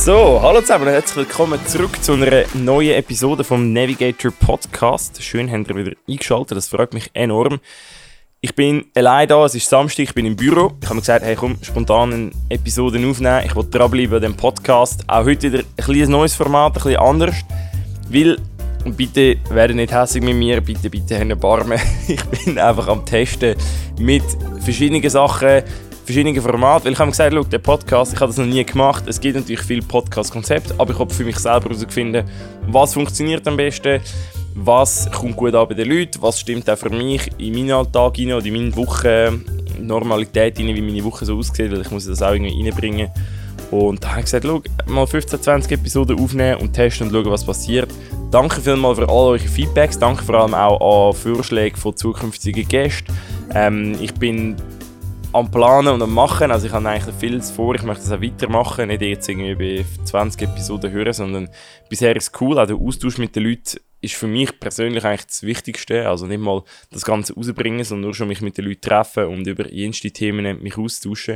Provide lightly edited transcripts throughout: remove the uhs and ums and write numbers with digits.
So, hallo zusammen und herzlich willkommen zurück zu einer neuen Episode vom Navigator Podcast. Schön, habt ihr wieder eingeschaltet, das freut mich enorm. Ich bin allein da, es ist Samstag, ich bin im Büro. Ich habe mir gesagt, hey komm, spontan eine Episode aufnehmen. Ich will dranbleiben an diesem Podcast. Auch heute wieder ein kleines neues Format, ein bisschen anders. Weil, und bitte werdet nicht hässlich mit mir, bitte habt Erbarmen. Ich bin einfach am Testen mit verschiedenen Sachen, verschiedene Formate, weil ich habe mir gesagt, schau, der Podcast, ich habe das noch nie gemacht, es gibt natürlich viele Podcast-Konzepte, aber ich habe für mich selber herausgefunden, was funktioniert am besten, was kommt gut an bei den Leuten, was stimmt auch für mich in meinen Alltag rein oder in meine Woche, Normalität rein, wie meine Woche so aussieht, weil ich muss das auch irgendwie reinbringen. Und da habe ich gesagt, schau, mal 15, 20 Episoden aufnehmen und testen und schauen, was passiert. Danke vielmals für all eure Feedbacks, danke vor allem auch an Vorschläge von zukünftigen Gästen. Ich bin am Planen und am Machen, also ich habe eigentlich vieles vor, ich möchte das auch weitermachen, nicht jetzt irgendwie bei 20 Episoden hören, sondern bisher ist es cool, auch der Austausch mit den Leuten ist für mich persönlich eigentlich das Wichtigste, also nicht mal das Ganze rausbringen, sondern nur schon mich mit den Leuten treffen und über jenste Themen mich austauschen.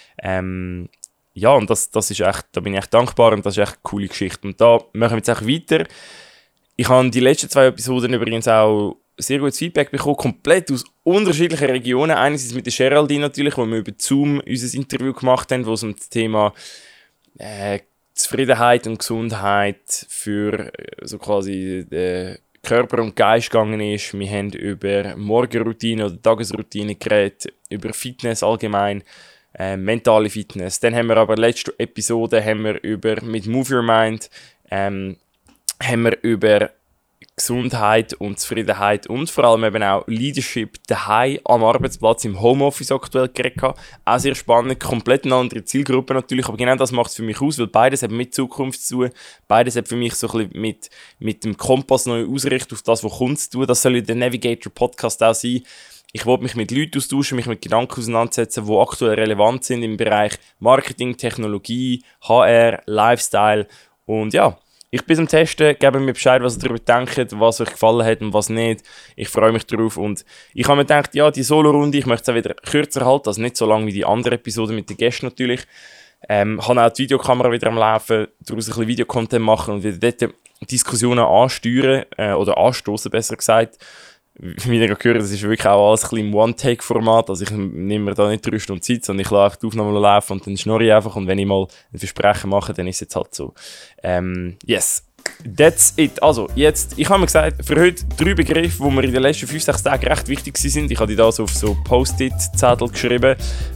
Ja, und das ist echt, da bin ich echt dankbar und das ist echt eine coole Geschichte. Und da machen wir jetzt auch weiter. Ich habe die letzten 2 Episoden übrigens auch sehr gutes Feedback bekommen, komplett aus unterschiedlichen Regionen. Einerseits mit der Geraldine natürlich, wo wir über Zoom unser Interview gemacht haben, wo es um das Thema Zufriedenheit und Gesundheit für so quasi Körper und Geist gegangen ist. Wir haben über Morgenroutine oder Tagesroutine geredet, über Fitness allgemein, mentale Fitness. Dann haben wir aber letzte Episode mit Move Your Mind haben wir über Gesundheit und Zufriedenheit und vor allem eben auch Leadership daheim am Arbeitsplatz im Homeoffice aktuell geredet. Auch sehr spannend, komplett eine andere Zielgruppe natürlich, aber genau das macht es für mich aus, weil beides hat mit Zukunft zu tun, beides hat für mich so ein bisschen mit dem Kompass neu ausrichten auf das, was kommt zu tun. Das soll der Navigator Podcast auch sein. Ich will mich mit Leuten austauschen, mich mit Gedanken auseinandersetzen, die aktuell relevant sind im Bereich Marketing, Technologie, HR, Lifestyle und ja. Ich bin am Testen, gebt mir Bescheid, was ihr darüber denkt, was euch gefallen hat und was nicht. Ich freue mich drauf und ich habe mir gedacht, ja, die Solo-Runde, ich möchte es auch wieder kürzer halten, also nicht so lang wie die andere Episode mit den Gästen natürlich. Habe auch die Videokamera wieder am Laufen, daraus ein bisschen Videocontent machen und wieder dort Diskussionen ansteuern oder anstoßen, besser gesagt. Wie ihr gehört, das ist wirklich auch alles ein bisschen im One-Take-Format, also ich nehme mir da nicht 3 Stunden Zeit, sondern ich lasse die Aufnahme laufen und dann schnorre ich einfach und wenn ich mal ein Versprechen mache, dann ist es jetzt halt so. Yes, that's it. Also, jetzt, ich habe mir gesagt, für heute 3 Begriffe, die mir in den letzten 5-6 Tagen recht wichtig sind. Ich habe die da so auf so Post-it-Zettel geschrieben.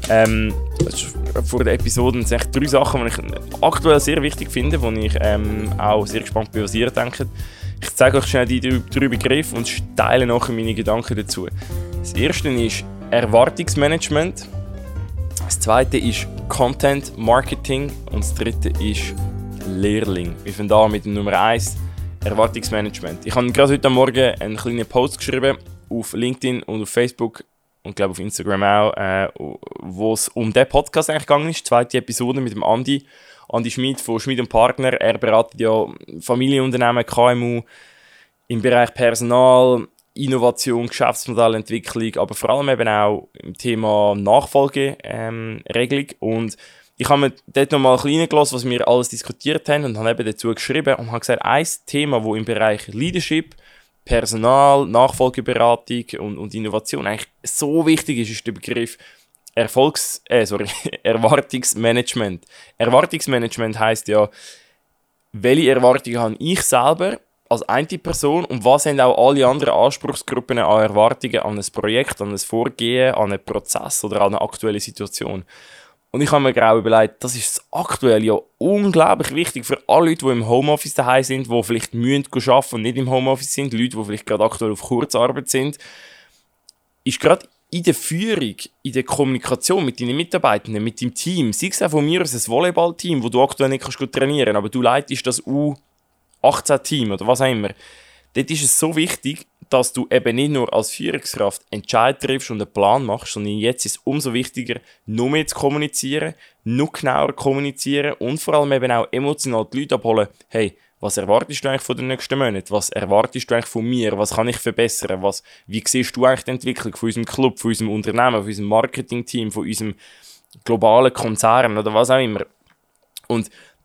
Vor der Episode sind echt 3 Sachen, die ich aktuell sehr wichtig finde, wo ich auch sehr gespannt bin, was ihr denkt. Ich zeige euch schnell die 3 Begriffe und teile nachher meine Gedanken dazu. Das erste ist Erwartungsmanagement. Das zweite ist Content Marketing. Und das dritte ist Lehrling. Wir fangen an mit dem Nummer 1, Erwartungsmanagement. Ich habe gerade heute Morgen einen kleinen Post geschrieben auf LinkedIn und auf Facebook und glaube auf Instagram auch, wo es um diesen Podcast eigentlich gegangen ist. Die 2. Episode mit dem Andi Schmid von Schmid & Partner. Er beratet ja Familienunternehmen, KMU im Bereich Personal, Innovation, Geschäftsmodellentwicklung, aber vor allem eben auch im Thema Nachfolgeregelung. Und ich habe mir dort nochmal ein bisschen reingelassen, was wir alles diskutiert haben und habe eben dazu geschrieben und habe gesagt, ein Thema, das im Bereich Leadership, Personal, Nachfolgeberatung und Innovation eigentlich so wichtig ist, ist der Begriff Erwartungsmanagement. Erwartungsmanagement heisst ja, welche Erwartungen habe ich selber als eine Person und was haben auch alle anderen Anspruchsgruppen an Erwartungen an ein Projekt, an ein Vorgehen, an einen Prozess oder an eine aktuelle Situation. Und ich habe mir gerade überlegt, das ist aktuell ja unglaublich wichtig für alle Leute, die im Homeoffice daheim sind, die vielleicht müssen arbeiten und nicht im Homeoffice sind, Leute, die vielleicht gerade aktuell auf Kurzarbeit sind, ist gerade in der Führung, in der Kommunikation mit deinen Mitarbeitenden, mit deinem Team, sei es auch von mir aus ein Volleyballteam, wo du aktuell nicht trainieren kannst, aber du leitest das U18-Team oder was auch immer. Dort ist es so wichtig, dass du eben nicht nur als Führungskraft Entscheid triffst und einen Plan machst, sondern jetzt ist es umso wichtiger, noch mehr zu kommunizieren, noch genauer kommunizieren und vor allem eben auch emotional die Leute abholen. Hey, was erwartest du eigentlich von den nächsten Monaten? Was erwartest du eigentlich von mir? Was kann ich verbessern? Wie siehst du eigentlich die Entwicklung von unserem Club, von unserem Unternehmen, von unserem Marketingteam, von unserem globalen Konzern oder was auch immer? Und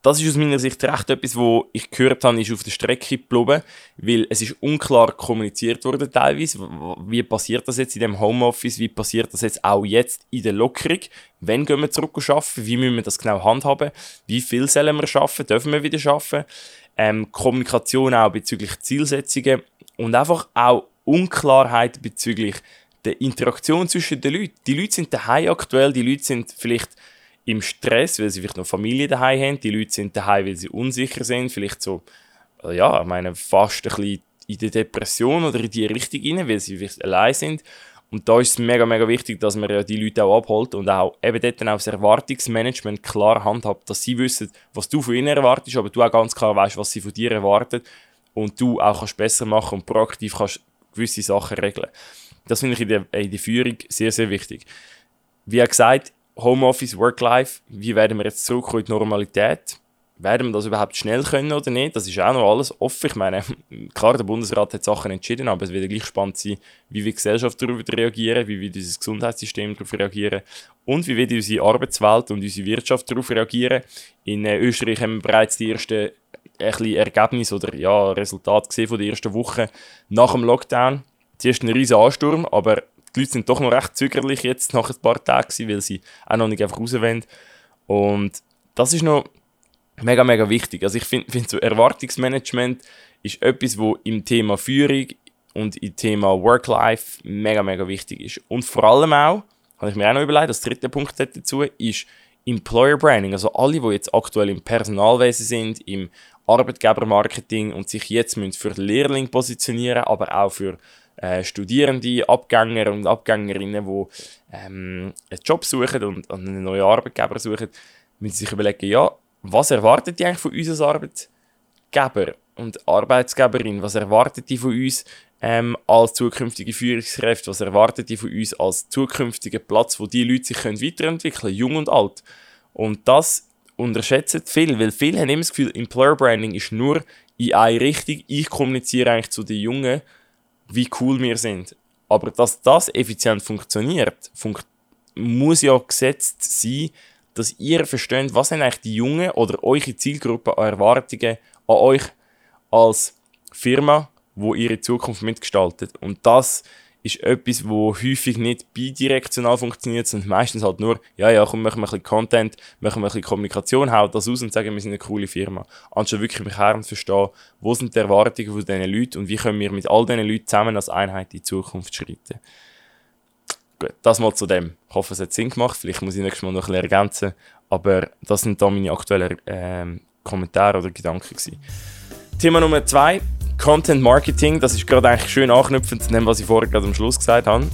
das ist aus meiner Sicht recht etwas, was ich gehört habe, ist auf der Strecke geblieben, weil es ist unklar kommuniziert worden teilweise. Wie passiert das jetzt in dem Homeoffice? Wie passiert das jetzt auch jetzt in der Lockerung? Wann gehen wir zurück arbeiten? Wie müssen wir das genau handhaben? Wie viel sollen wir arbeiten? Dürfen wir wieder arbeiten? Kommunikation auch bezüglich Zielsetzungen und einfach auch Unklarheit bezüglich der Interaktion zwischen den Leuten. Die Leute sind daheim aktuell, die Leute sind vielleicht im Stress, weil sie vielleicht noch Familie daheim haben. Die Leute sind daheim, weil sie unsicher sind. Vielleicht so, ja, ich meine, fast ein bisschen in die Depression oder in die Richtung rein, weil sie vielleicht allein sind. Und da ist es mega, mega wichtig, dass man ja die Leute auch abholt und auch eben dort dann auch das Erwartungsmanagement klar handhabt, dass sie wissen, was du von ihnen erwartest, aber du auch ganz klar weißt, was sie von dir erwarten und du auch kannst besser machen und proaktiv kannst gewisse Sachen regeln. Das finde ich in der Führung sehr, sehr wichtig. Wie gesagt, Homeoffice, Work-Life, wie werden wir jetzt zurückkommen in die Normalität? Werden wir das überhaupt schnell können oder nicht? Das ist auch noch alles offen. Ich meine, klar, der Bundesrat hat Sachen entschieden, aber es wird gleich spannend sein, wie wir die Gesellschaft darauf reagieren, wie wir unser Gesundheitssystem darauf reagieren und wie wir unsere Arbeitswelt und unsere Wirtschaft darauf reagieren. In Österreich haben wir bereits die ersten Ergebnisse oder ja, Resultate gesehen von der ersten Woche nach dem Lockdown. Zuerst ein riesen Ansturm, aber die Leute sind doch noch recht zögerlich jetzt nach ein paar Tagen gewesen, weil sie auch noch nicht einfach raus wollen. Und das ist noch mega, mega wichtig. Also ich finde so Erwartungsmanagement ist etwas, wo im Thema Führung und im Thema Work-Life mega, mega wichtig ist. Und vor allem auch, habe ich mir auch noch überlegt, das dritte Punkt dazu, ist Employer Branding. Also alle, die jetzt aktuell im Personalwesen sind, im Arbeitgebermarketing und sich jetzt für Lehrling positionieren, aber auch für Studierende, Abgänger und Abgängerinnen, die einen Job suchen und einen neuen Arbeitgeber suchen, müssen sich überlegen, ja, was erwartet die eigentlich von uns als Arbeitgeber und Arbeitsgeberin? Was erwartet die von uns als zukünftige Führungskräfte? Was erwartet die von uns als zukünftigen Platz, wo die Leute sich weiterentwickeln können, jung und alt? Und das unterschätzen viele, weil viele haben immer das Gefühl, Employer Branding ist nur in eine Richtung. Ich kommuniziere eigentlich zu den Jungen, wie cool wir sind. Aber dass das effizient funktioniert, muss ja gesetzt sein, dass ihr versteht, was sind eigentlich die Jungen oder eure Zielgruppe an Erwartungen an euch als Firma, wo ihre Zukunft mitgestaltet. Und das ist etwas, wo häufig nicht bidirektional funktioniert, sondern meistens halt nur, komm, machen wir ein bisschen Content, machen wir ein bisschen Kommunikation, haut das aus und sagen, wir sind eine coole Firma. Anstatt wirklich im Kern zu verstehen, wo sind die Erwartungen von diesen Leuten und wie können wir mit all diesen Leuten zusammen als Einheit in die Zukunft schreiten. Gut, das mal zu dem. Ich hoffe, es hat Sinn gemacht. Vielleicht muss ich nächstes Mal noch ein bisschen ergänzen. Aber das sind da meine aktuellen Kommentare oder Gedanken gewesen. Thema Nummer 2. Content Marketing. Das ist gerade eigentlich schön anknüpfend zu dem, was ich vorher gerade am Schluss gesagt habe.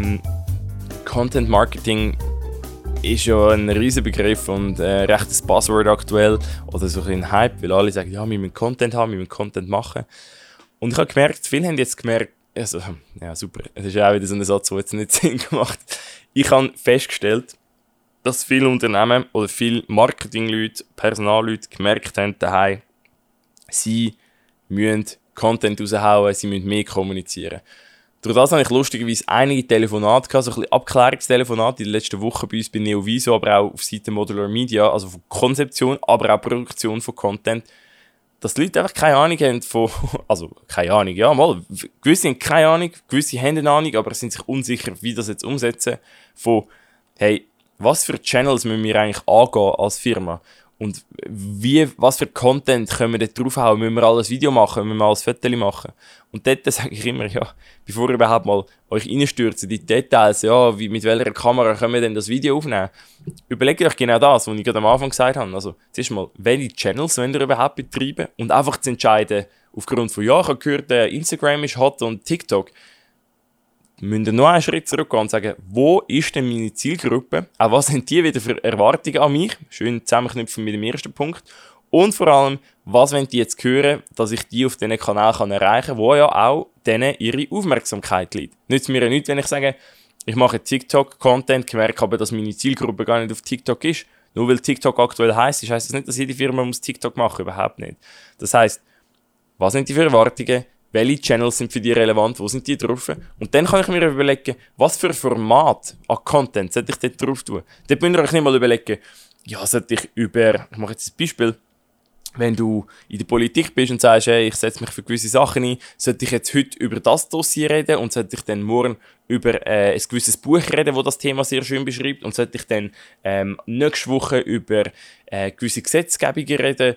Content Marketing ist ja ein riesen Begriff und rechtes Buzzword aktuell. Oder so ein Hype, weil alle sagen, ja, wir müssen Content haben, wir müssen Content machen. Und ich habe gemerkt, viele haben jetzt gemerkt, also, ja, super. Es ist auch wieder so ein Satz, der jetzt nicht Sinn gemacht. Ich habe festgestellt, dass viele Unternehmen oder viele Marketingleute, Personalleute gemerkt haben, daheim, sie müssen Content raushauen, sie müssen mehr kommunizieren. Durch das habe ich lustigerweise einige Telefonate gehabt, so ein bisschen Abklärungstelefonate in den letzten Wochen bei uns bei Neoviso, aber auch auf Seite Modular Media, also von Konzeption, aber auch Produktion von Content, dass die Leute einfach keine Ahnung haben von, also keine Ahnung, ja mal, gewisse haben keine Ahnung, gewisse haben eine Ahnung, aber sind sich unsicher, wie das jetzt umsetzen, von, hey, was für Channels müssen wir eigentlich angehen als Firma und was für Content können wir dort draufhauen, müssen wir alles Video machen, müssen wir alles Fotos machen und dort sage ich immer, ja, bevor ihr überhaupt mal euch reinstürzt, die Details, ja, mit welcher Kamera können wir denn das Video aufnehmen, überlegt euch genau das, was ich gerade am Anfang gesagt habe, also zuerst mal, welche Channels wollt ihr überhaupt betreiben und einfach zu entscheiden, aufgrund von, ja, ich habe gehört, Instagram ist hot und TikTok, müsst ihr noch einen Schritt zurückgehen und sagen, wo ist denn meine Zielgruppe? Auch was haben die wieder für Erwartungen an mich? Schön zusammenknüpfen mit dem ersten Punkt. Und vor allem, was wollen die jetzt hören, dass ich die auf diesen Kanal erreichen kann, wo ja auch denen ihre Aufmerksamkeit liegt. Nützt mir ja nichts, wenn ich sage, ich mache TikTok-Content, merke aber, dass meine Zielgruppe gar nicht auf TikTok ist. Nur weil TikTok aktuell heisst das nicht, dass jede Firma muss TikTok machen, überhaupt nicht. Das heisst, was sind die für Erwartungen? Welche Channels sind für die relevant? Wo sind die drauf? Und dann kann ich mir überlegen, was für ein Format an Content sollte ich dort drauf tun. Dort müsst ihr euch nicht mal überlegen, ja, sollte ich ich mache jetzt ein Beispiel, wenn du in der Politik bist und sagst, hey, ich setze mich für gewisse Sachen ein, sollte ich jetzt heute über das Dossier reden und sollte ich dann morgen über ein gewisses Buch reden, das das Thema sehr schön beschreibt, und sollte ich dann nächste Woche über gewisse Gesetzgebungen reden,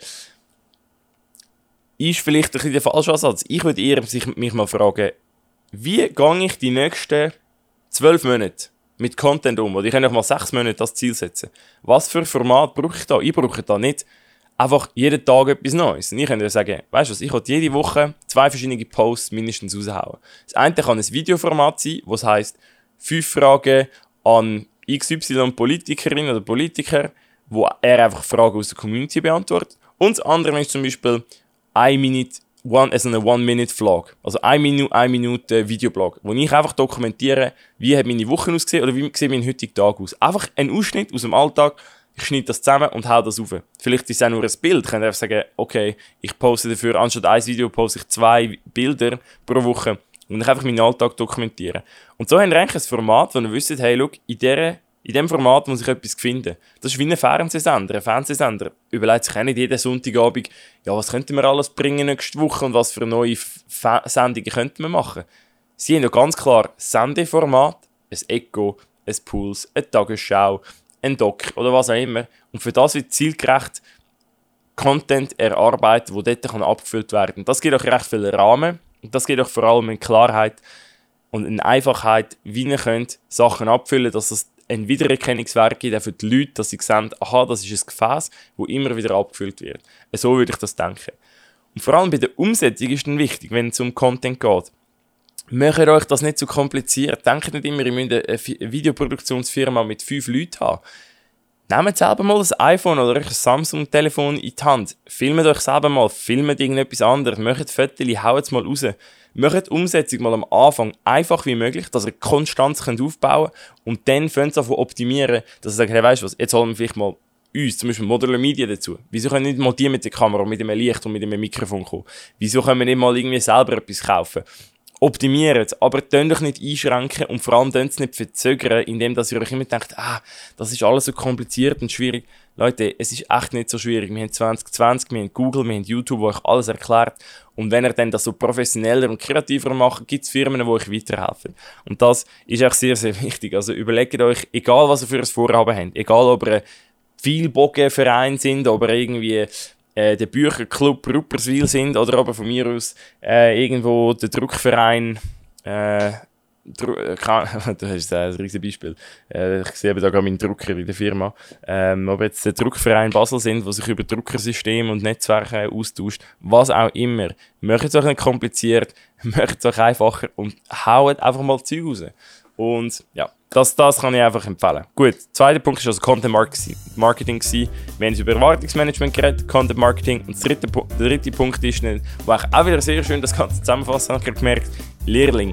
ist vielleicht ein bisschen der falsche Ansatz. Ich würde eher mich mal fragen, wie gehe ich die nächsten 12 Monate mit Content um? Oder ich kann auch mal 6 Monate das Ziel setzen. Was für Format brauche ich da? Ich brauche da nicht einfach jeden Tag etwas Neues. Und ich könnte sagen, weißt du was, ich will jede Woche 2 verschiedene Posts mindestens raushauen. Das eine kann ein Videoformat sein, das heisst 5 Fragen an XY Politikerin oder Politiker, wo er einfach Fragen aus der Community beantwortet. Und das andere ist zum Beispiel eine One-Minute-Vlog. Also 1 Minute Videoblog, wo ich einfach dokumentiere, wie hat meine Woche ausgesehen oder wie sieht mein heutiger Tag aus. Einfach ein Ausschnitt aus dem Alltag. Ich schneide das zusammen und hau das rauf. Vielleicht ist es auch nur ein Bild. Ich kann einfach sagen, okay, ich poste dafür, anstatt ein Video poste ich 2 Bilder pro Woche und ich einfach meinen Alltag dokumentieren. Und so haben wir eigentlich ein Format, wo ihr wisst, hey, schau, in diesem Format muss ich etwas finden. Das ist wie ein Fernsehsender. Ein Fernsehsender überlegt sich auch nicht jeden Sonntagabend, ja, was könnten wir alles bringen nächste Woche und was für neue Sendungen könnten wir machen. Sie haben ja ganz klar Sendeformat, ein Echo, ein Puls, eine Tagesschau, ein Doc oder was auch immer. Und für das wird zielgerecht Content erarbeitet, der dort abgefüllt werden kann. Das gibt auch recht viel Rahmen. Und das gibt auch vor allem eine Klarheit und eine Einfachheit, wie ihr könnt Sachen abfüllen, dass es ein Wiedererkennungswert gibt für die Leute, dass sie sehen, aha, das ist ein Gefäß, das immer wieder abgefüllt wird. So würde ich das denken. Und vor allem bei der Umsetzung ist dann wichtig, wenn es um Content geht. Macht euch das nicht zu kompliziert. Denkt nicht immer, ihr müsst eine Videoproduktionsfirma mit 5 Leuten haben. Nehmt selber mal ein iPhone oder ein Samsung-Telefon in die Hand. Filmt euch selber mal, filmt irgendetwas anderes, macht Fotos, haut es mal raus. Macht die Umsetzung mal am Anfang einfach wie möglich, dass ihr Konstanz aufbauen könnt und dann fängt es an zu optimieren, dass ihr sagt, hey, weißt du was, jetzt holen wir vielleicht mal uns, zum Beispiel Modular Media dazu. Wieso können nicht mal die mit der Kamera, mit dem Licht und mit dem Mikrofon kommen? Wieso können wir nicht mal irgendwie selber etwas kaufen? Optimiert es, aber könnt euch nicht einschränken und vor allem könnt es nicht verzögern, indem dass ihr euch immer denkt, das ist alles so kompliziert und schwierig. Leute, es ist echt nicht so schwierig. Wir haben 2020, wir haben Google, wir haben YouTube, wo euch alles erklärt. Und wenn ihr dann das so professioneller und kreativer macht, gibt es Firmen, die euch weiterhelfen. Und das ist auch sehr, sehr wichtig. Also überlegt euch, egal was ihr für ein Vorhaben habt, egal ob ihr ein Vielbogenverein sind, ob ihr irgendwie der Bücherclub Rupperswil sind oder aber von mir aus irgendwo der Druckverein das ist ein riesiges Beispiel. Ich sehe da gerade meinen Drucker in der Firma. Ob jetzt der Druckverein Basel sind, die sich über Druckersysteme und Netzwerke austauscht, was auch immer. Macht es euch nicht kompliziert, macht es euch einfacher und haut einfach mal Zeug raus. Und ja, das kann ich einfach empfehlen. Gut, der zweite Punkt war also Content Marketing. Wir haben über Erwartungsmanagement geredet, Content Marketing. Und der dritte Punkt ist, wo ich auch wieder sehr schön das Ganze zusammenfassen habe, gemerkt, Lehrling.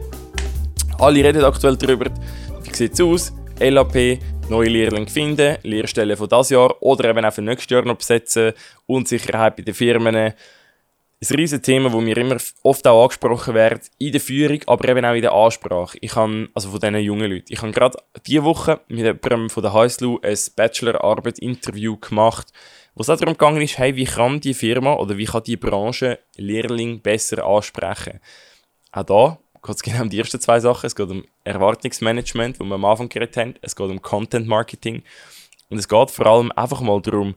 Alle reden aktuell darüber, wie sieht es aus, LAP, neue Lehrlinge finden, Lehrstellen von dieses Jahr oder eben auch für nächstes Jahr noch besetzen, Unsicherheit bei den Firmen. Ein riesiges Thema, das mir immer oft auch angesprochen wird, in der Führung, aber eben auch in der Ansprache. Also von diesen jungen Leuten. Ich habe gerade diese Woche mit jemandem von der HSLU ein Bachelorarbeit-Interview gemacht, wo es auch darum gegangen ist, hey, wie kann die Firma oder wie kann die Branche Lehrling besser ansprechen. Auch da geht es genau um die ersten 2 Sachen. Es geht um Erwartungsmanagement, wo wir am Anfang geredet haben. Es geht um Content Marketing. Und es geht vor allem einfach mal darum,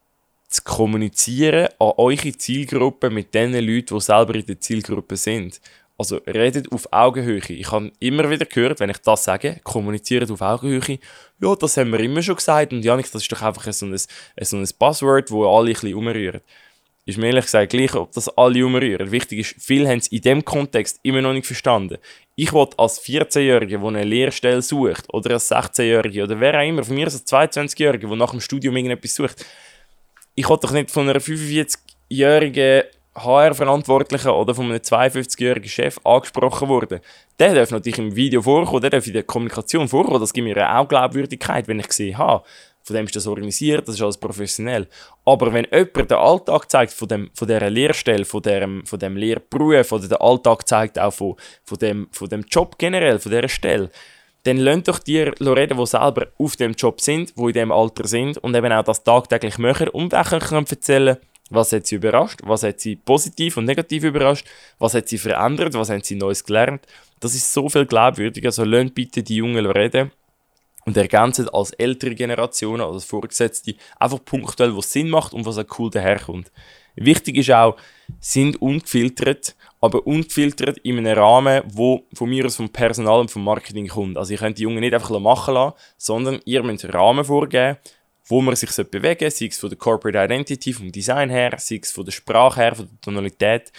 zu kommunizieren an eure Zielgruppe mit den Leuten, die selber in der Zielgruppe sind. Also redet auf Augenhöhe. Ich habe immer wieder gehört, wenn ich das sage, kommuniziert auf Augenhöhe. Ja, das haben wir immer schon gesagt. Und Janik, das ist doch einfach so ein Buzzword, wo alle ein bisschen umrühren. Ist mir ehrlich gesagt gleich, ob das alle umrühren. Wichtig ist, viele haben es in diesem Kontext immer noch nicht verstanden. Ich will als 14-Jähriger, der eine Lehrstelle sucht, oder als 16-Jähriger, oder wer auch immer, von mir als 22-Jähriger, der nach dem Studium irgendetwas sucht, ich will doch nicht von einer 45-jährigen HR-Verantwortlichen oder von einem 52-jährigen Chef angesprochen worden. Der darf natürlich im Video vorkommen, der darf in der Kommunikation vorkommen. Das gibt mir auch Glaubwürdigkeit, wenn ich sehe, von dem ist das organisiert, das ist alles professionell. Aber wenn jemand den Alltag zeigt von dieser Lehrstelle, von dem Lehrberuf, oder den Alltag zeigt auch von dem Job generell, von dieser Stelle, dann lasst doch die reden, die selber auf dem Job sind, die in diesem Alter sind und eben auch das tagtäglich machen und auch können erzählen, Was hat sie überrascht? Was hat sie positiv und negativ überrascht? Was hat sie verändert? Was haben sie Neues gelernt? Das ist so viel glaubwürdiger. Also lasst bitte die Jungen reden und ergänzt als ältere Generationen, als Vorgesetzte, einfach punktuell, was Sinn macht und was auch cool daherkommt. Wichtig ist auch, sind ungefiltert, aber ungefiltert in einem Rahmen, wo von mir aus vom Personal und vom Marketing kommt. Also ihr könnt die Jungen nicht einfach machen lassen, sondern ihr müsst einen Rahmen vorgeben, wo man sich bewegen sollte, sei es von der Corporate Identity, vom Design her, sei es von der Sprache her, von der Tonalität,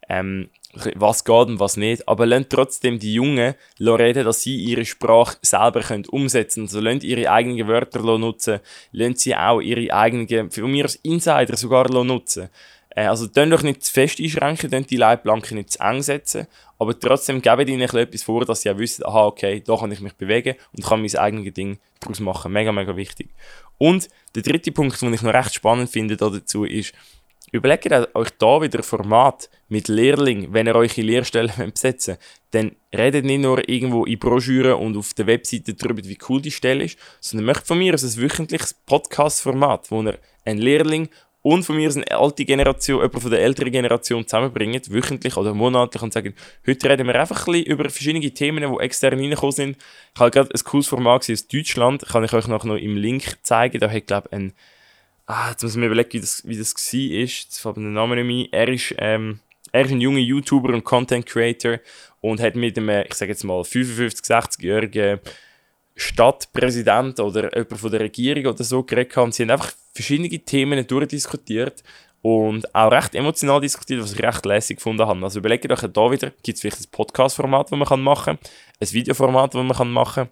was geht und was nicht. Aber lasst trotzdem die Jungen reden, dass sie ihre Sprache selber umsetzen können. Also lasst ihre eigenen Wörter nutzen, lasst sie auch ihre eigenen, von mir als Insider sogar nutzen. Also könnt euch nicht zu fest einschränken, könnt die Leitplanke nicht zu eng setzen, aber trotzdem gebt ihnen etwas vor, dass sie auch wissen, aha, okay, da kann ich mich bewegen und kann mein eigenes Ding daraus machen. Mega, mega wichtig. Und der dritte Punkt, den ich noch recht spannend finde dazu, ist, überlegt euch da wieder ein Format mit Lehrling, wenn ihr eure Lehrstellen besetzen wollt. Dann redet nicht nur irgendwo in Broschüren und auf der Webseite darüber, wie cool die Stelle ist, sondern möchtet von mir ein wöchentliches Podcast-Format, wo ihr einen Lehrling und von mir eine alte Generation, jemand von der älteren Generation zusammenbringen, wöchentlich oder monatlich, und sagen, heute reden wir einfach ein bisschen über verschiedene Themen, die extern reingekommen sind. Ich habe gerade ein cooles Format aus Deutschland, kann ich euch noch im Link zeigen. Da hat, glaube ich, jetzt muss ich mir überlegen, wie das war. Jetzt fällt mir der Name nicht mehr. Er ist ein junger YouTuber und Content Creator und hat mit einem, ich sage jetzt mal, 55-, 60-jährigen Stadtpräsident oder jemand von der Regierung oder so geredet und sie haben einfach verschiedene Themen durchdiskutiert und auch recht emotional diskutiert, was ich recht lässig gefunden habe. Also überlegt euch da wieder, gibt es vielleicht ein Podcast-Format, das man machen kann, ein Videoformat, das man machen kann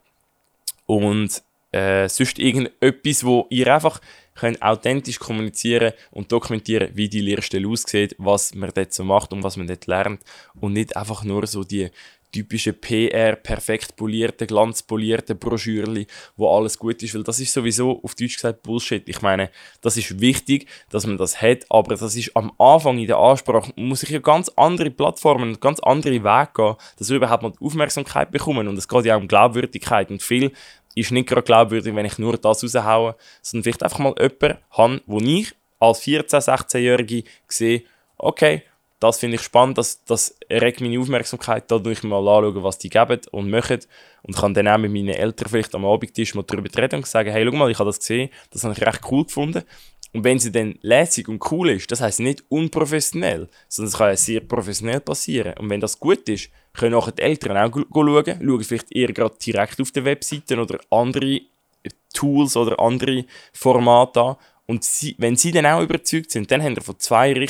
und sonst irgendetwas, wo ihr einfach könnt authentisch kommunizieren und dokumentieren, wie die Lehrstelle aussieht, was man dort so macht und was man dort lernt und nicht einfach nur so die typische PR, perfekt polierte, glanzpolierte Broschürli, wo alles gut ist, weil das ist sowieso, auf Deutsch gesagt, Bullshit. Ich meine, das ist wichtig, dass man das hat, aber das ist am Anfang in der Ansprache, muss ich ja ganz andere Plattformen, ganz andere Wege gehen, dass wir überhaupt mal die Aufmerksamkeit bekommen und es geht ja auch um Glaubwürdigkeit und viel ist nicht gerade glaubwürdig, wenn ich nur das raushaue, sondern vielleicht einfach mal jemanden habe, wo ich als 14-, 16-Jährige sehe, okay, das finde ich spannend, das regt meine Aufmerksamkeit, da ich mal anschauen, was die geben und machen und kann dann auch mit meinen Eltern vielleicht am Abendtisch mal darüber reden und sagen, hey, schau mal, ich habe das gesehen, das habe ich recht cool gefunden. Und wenn sie dann lässig und cool ist, das heisst nicht unprofessionell, sondern es kann ja sehr professionell passieren. Und wenn das gut ist, können auch die Eltern auch schauen vielleicht eher gerade direkt auf den Webseiten oder andere Tools oder andere Formate an. Und wenn sie dann auch überzeugt sind, dann haben wir von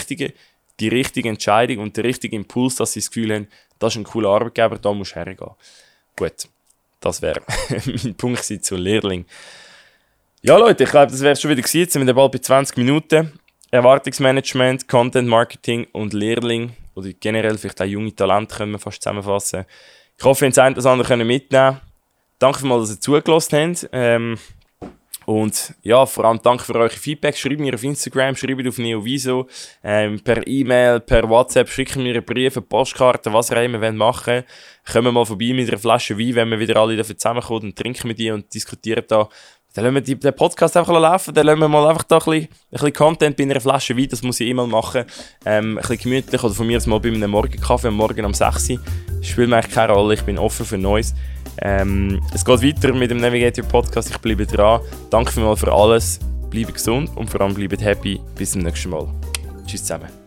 die richtige Entscheidung und den richtigen Impuls, dass sie das Gefühl haben, das ist ein cooler Arbeitgeber, da musst du hergehen. Gut, das wäre mein Punkt zu Lehrling. Ja Leute, ich glaube, das wäre schon wieder gewesen. Jetzt sind wir bald bei 20 Minuten. Erwartungsmanagement, Content Marketing und Lehrling oder generell vielleicht auch junge Talente können wir fast zusammenfassen. Ich hoffe, ihr habt das andere mitnehmen können. Danke vielmals, dass ihr zugelassen habt. Und ja, vor allem danke für eure Feedback. Schreibt mir auf Instagram, schreibt auf Neoviso, per E-Mail, per WhatsApp, schickt mir Briefe, Postkarte, was ihr immer machen wollt. Kommen mal vorbei mit einer Flasche Wein, wenn wir wieder alle dafür zusammenkommen und trinken mit dir und diskutieren da. Dann lassen wir den Podcast einfach laufen, dann lassen wir mal einfach da ein bisschen Content bei einer Flasche Wein, das muss ich immer machen. Ein bisschen gemütlich oder von mir mal bei einem Morgenkaffee am Morgen um 6 Uhr. Spielt mir eigentlich keine Rolle, ich bin offen für Neues. Es geht weiter mit dem Navigator Podcast, ich bleibe dran. Danke vielmals für alles, bleibt gesund und vor allem bleibt happy. Bis zum nächsten Mal. Tschüss zusammen.